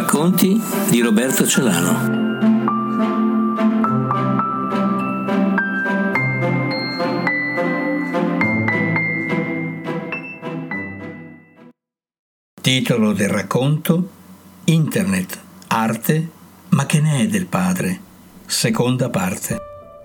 Racconti di Roberto Celano. Titolo del racconto: Internet, arte, ma che ne è del padre? Seconda parte.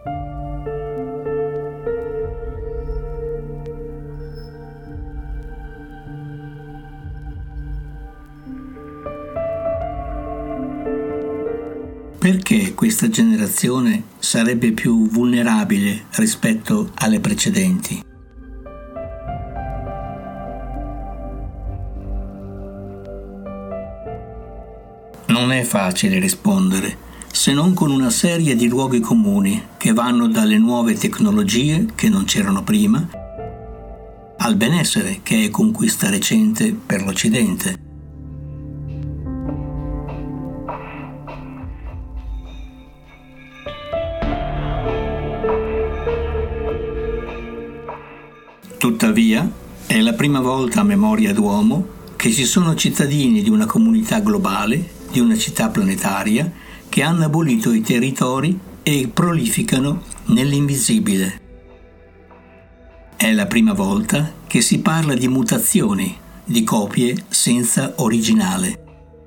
Perché questa generazione sarebbe più vulnerabile rispetto alle precedenti? Non è facile rispondere, se non con una serie di luoghi comuni che vanno dalle nuove tecnologie, che non c'erano prima, al benessere, che è conquista recente per l'Occidente. Tuttavia, è la prima volta a memoria d'uomo che ci sono cittadini di una comunità globale, di una città planetaria, che hanno abolito i territori e prolificano nell'invisibile. È la prima volta che si parla di mutazioni, di copie senza originale.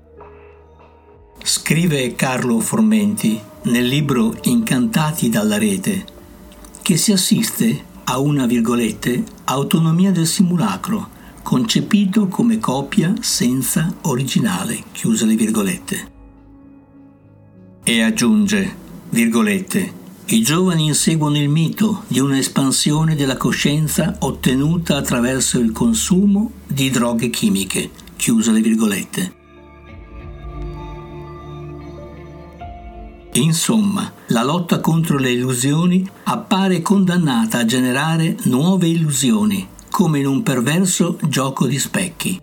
Scrive Carlo Formenti nel libro Incantati dalla rete che si assiste a una, autonomia del simulacro, concepito come copia senza originale, chiuse le virgolette. E aggiunge, virgolette, i giovani inseguono il mito di una espansione della coscienza ottenuta attraverso il consumo di droghe chimiche, chiuse le virgolette. Insomma, la lotta contro le illusioni appare condannata a generare nuove illusioni, come in un perverso gioco di specchi.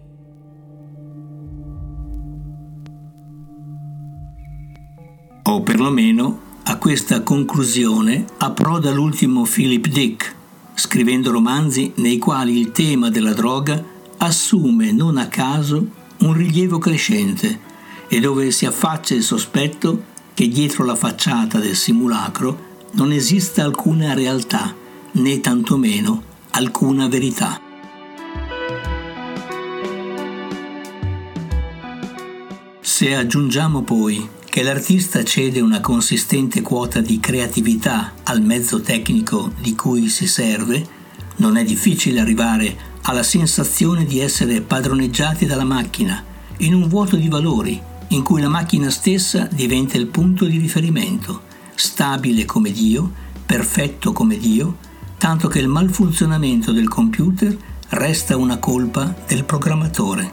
O perlomeno a questa conclusione approda l'ultimo Philip Dick, scrivendo romanzi nei quali il tema della droga assume non a caso un rilievo crescente e dove si affaccia il sospetto che dietro la facciata del simulacro non esista alcuna realtà, né tantomeno alcuna verità. Se aggiungiamo poi che l'artista cede una consistente quota di creatività al mezzo tecnico di cui si serve, non è difficile arrivare alla sensazione di essere padroneggiati dalla macchina, in un vuoto di valori, in cui la macchina stessa diventa il punto di riferimento, stabile come Dio, perfetto come Dio, tanto che il malfunzionamento del computer resta una colpa del programmatore.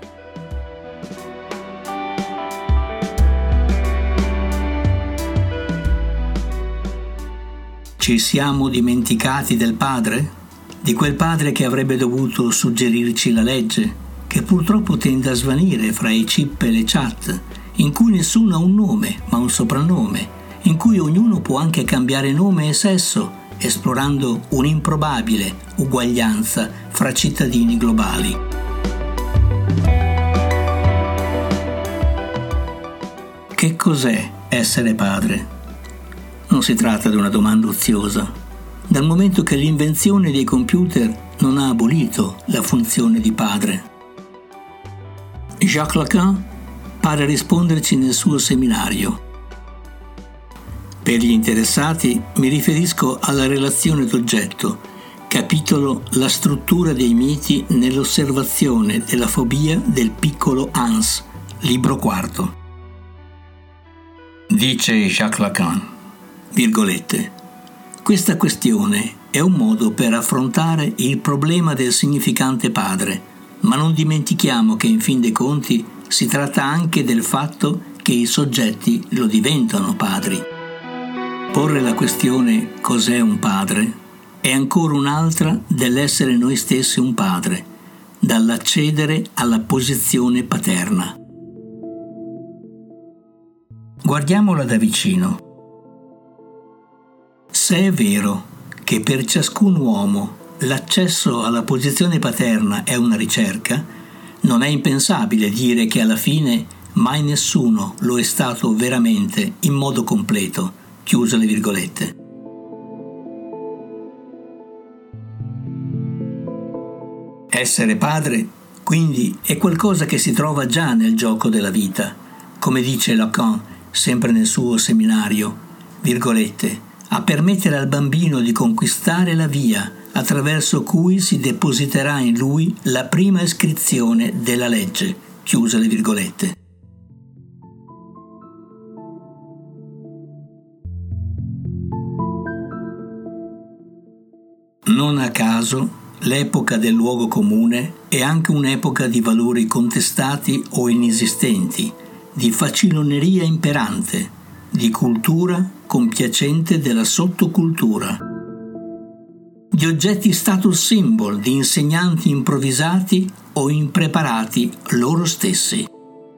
Ci siamo dimenticati del padre? Di quel padre che avrebbe dovuto suggerirci la legge, che purtroppo tende a svanire fra i chip e le chat, in cui nessuno ha un nome, ma un soprannome, in cui ognuno può anche cambiare nome e sesso, esplorando un'improbabile uguaglianza fra cittadini globali. Che cos'è essere padre? Non si tratta di una domanda oziosa, dal momento che l'invenzione dei computer non ha abolito la funzione di padre. Jacques Lacan pare risponderci nel suo seminario. Per gli interessati mi riferisco alla relazione d'oggetto, capitolo La struttura dei miti nell'osservazione della fobia del piccolo Hans, libro 4. Dice Jacques Lacan, virgolette, questa questione è un modo per affrontare il problema del significante padre, ma non dimentichiamo che in fin dei conti si tratta anche del fatto che i soggetti lo diventano padri. Porre la questione cos'è un padre è ancora un'altra dell'essere noi stessi un padre, dall'accedere alla posizione paterna. Guardiamola da vicino. Se è vero che per ciascun uomo l'accesso alla posizione paterna è una ricerca, non è impensabile dire che alla fine mai nessuno lo è stato veramente in modo completo, chiuse le virgolette. Essere padre, quindi, è qualcosa che si trova già nel gioco della vita, come dice Lacan, sempre nel suo seminario, virgolette, a permettere al bambino di conquistare la via attraverso cui si depositerà in lui la prima iscrizione della legge, chiuse le virgolette. Non a caso, l'epoca del luogo comune è anche un'epoca di valori contestati o inesistenti, di faciloneria imperante, di cultura compiacente della sottocultura, di oggetti status symbol, di insegnanti improvvisati o impreparati loro stessi.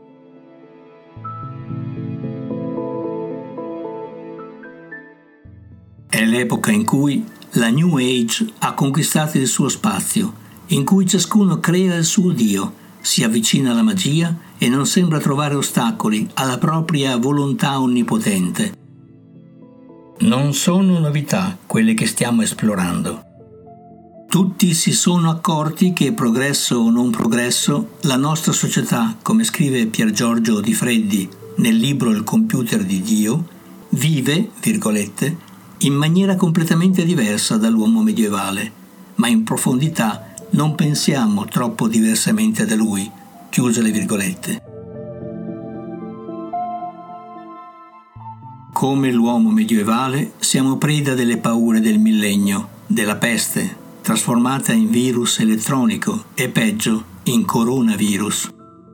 È l'epoca in cui la New Age ha conquistato il suo spazio, in cui ciascuno crea il suo Dio, si avvicina alla magia e non sembra trovare ostacoli alla propria volontà onnipotente. Non sono novità quelle che stiamo esplorando. Tutti si sono accorti che, progresso o non progresso, la nostra società, come scrive Pier Giorgio Di Freddi nel libro Il computer di Dio, vive, virgolette, in maniera completamente diversa dall'uomo medievale, ma in profondità non pensiamo troppo diversamente da lui, chiuse le virgolette. Come l'uomo medievale siamo preda delle paure del millennio, della peste, trasformata in virus elettronico e peggio, in coronavirus.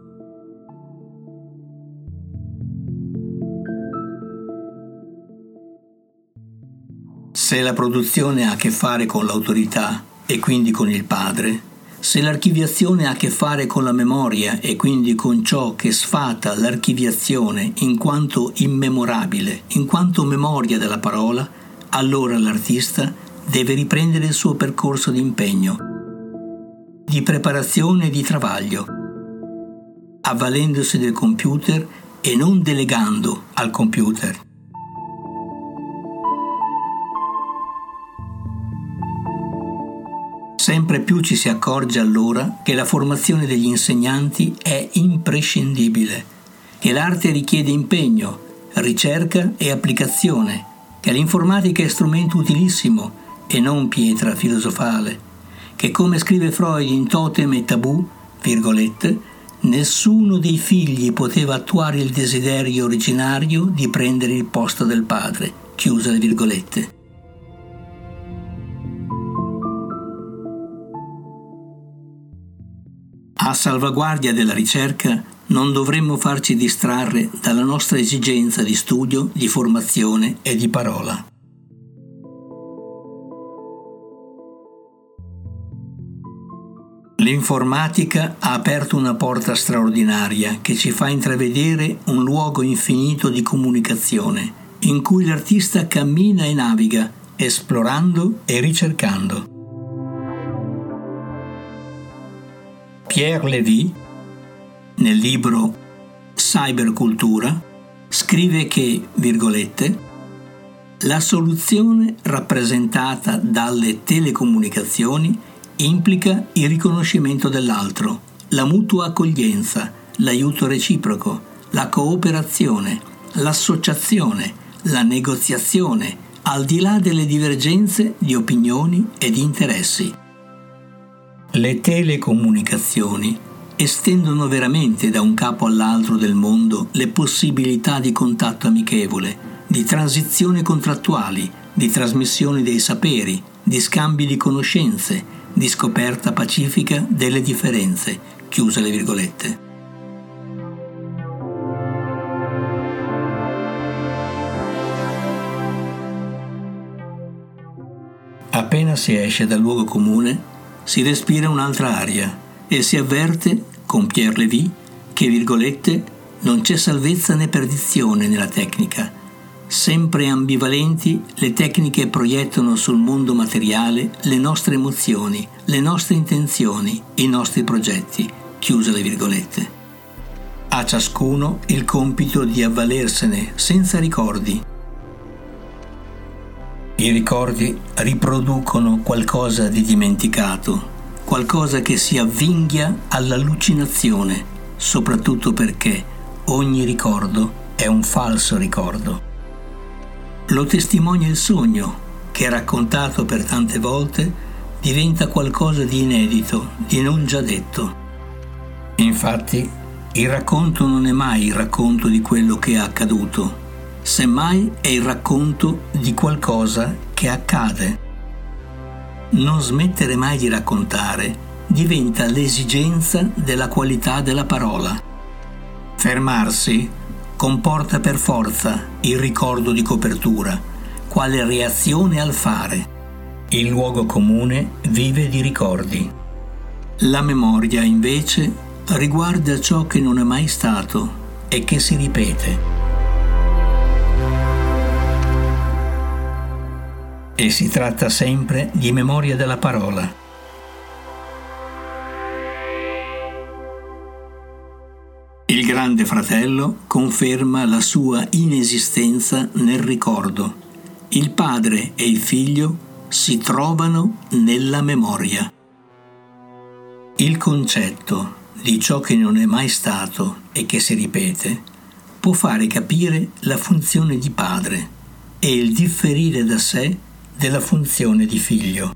Se la produzione ha a che fare con l'autorità e quindi con il padre, se l'archiviazione ha a che fare con la memoria e quindi con ciò che sfata l'archiviazione in quanto immemorabile, in quanto memoria della parola, allora l'artista deve riprendere il suo percorso di impegno, di preparazione e di travaglio, avvalendosi del computer e non delegando al computer. Sempre più ci si accorge allora che la formazione degli insegnanti è imprescindibile, che l'arte richiede impegno, ricerca e applicazione, che l'informatica è strumento utilissimo e non pietra filosofale, che come scrive Freud in Totem e Tabù, virgolette, nessuno dei figli poteva attuare il desiderio originario di prendere il posto del padre, chiuse le virgolette. A salvaguardia della ricerca non dovremmo farci distrarre dalla nostra esigenza di studio, di formazione e di parola. L'informatica ha aperto una porta straordinaria che ci fa intravedere un luogo infinito di comunicazione, in cui l'artista cammina e naviga, esplorando e ricercando. Pierre Lévy, nel libro Cybercultura, scrive che, virgolette, la soluzione rappresentata dalle telecomunicazioni implica il riconoscimento dell'altro, la mutua accoglienza, l'aiuto reciproco, la cooperazione, l'associazione, la negoziazione, al di là delle divergenze di opinioni e di interessi. Le telecomunicazioni estendono veramente da un capo all'altro del mondo le possibilità di contatto amichevole, di transizioni contrattuali, di trasmissione dei saperi, di scambi di conoscenze, di scoperta pacifica delle differenze, chiuse le virgolette. Appena si esce dal luogo comune, si respira un'altra aria e si avverte, con Pierre Lévy, che, virgolette, non c'è salvezza né perdizione nella tecnica. Sempre ambivalenti, le tecniche proiettano sul mondo materiale le nostre emozioni, le nostre intenzioni, i nostri progetti, chiuse le virgolette. A ciascuno il compito di avvalersene senza ricordi. I ricordi riproducono qualcosa di dimenticato, qualcosa che si avvinghia all'allucinazione, soprattutto perché ogni ricordo è un falso ricordo. Lo testimonia il sogno, che raccontato per tante volte diventa qualcosa di inedito, di non già detto. Infatti, il racconto non è mai il racconto di quello che è accaduto, semmai è il racconto di qualcosa che accade. Non smettere mai di raccontare diventa l'esigenza della qualità della parola. Fermarsi comporta per forza il ricordo di copertura, quale reazione al fare. Il luogo comune vive di ricordi. La memoria, invece, riguarda ciò che non è mai stato e che si ripete. E si tratta sempre di memoria della parola. Il Grande Fratello conferma la sua inesistenza nel ricordo. Il padre e il figlio si trovano nella memoria. Il concetto di ciò che non è mai stato e che si ripete può fare capire la funzione di padre e il differire da sé della funzione di figlio.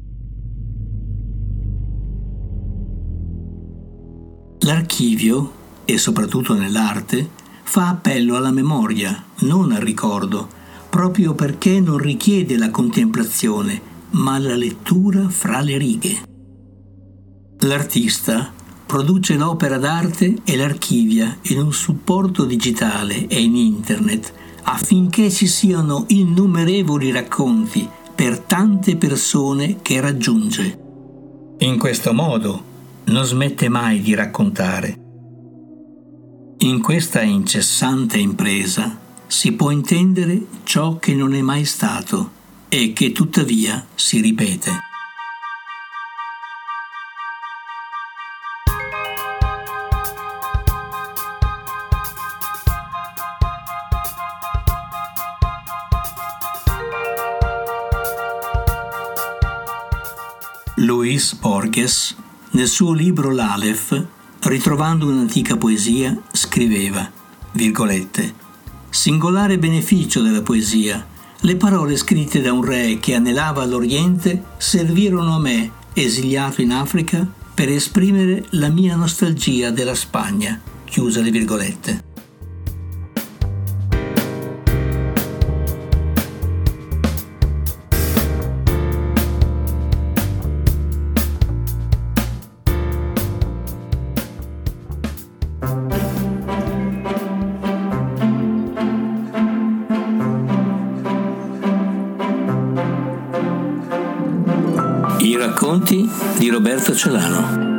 L'archivio, e soprattutto nell'arte, fa appello alla memoria, non al ricordo, proprio perché non richiede la contemplazione, ma la lettura fra le righe. L'artista produce l'opera d'arte e l'archivia in un supporto digitale e in internet affinché ci siano innumerevoli racconti per tante persone che raggiunge. In questo modo non smette mai di raccontare. In questa incessante impresa si può intendere ciò che non è mai stato e che tuttavia si ripete. Luis Borges, nel suo libro L'Aleph, ritrovando un'antica poesia, scriveva, virgolette, «Singolare beneficio della poesia, le parole scritte da un re che anelava all'Oriente servirono a me, esiliato in Africa, per esprimere la mia nostalgia della Spagna», chiuse le virgolette. I racconti di Roberto Celano.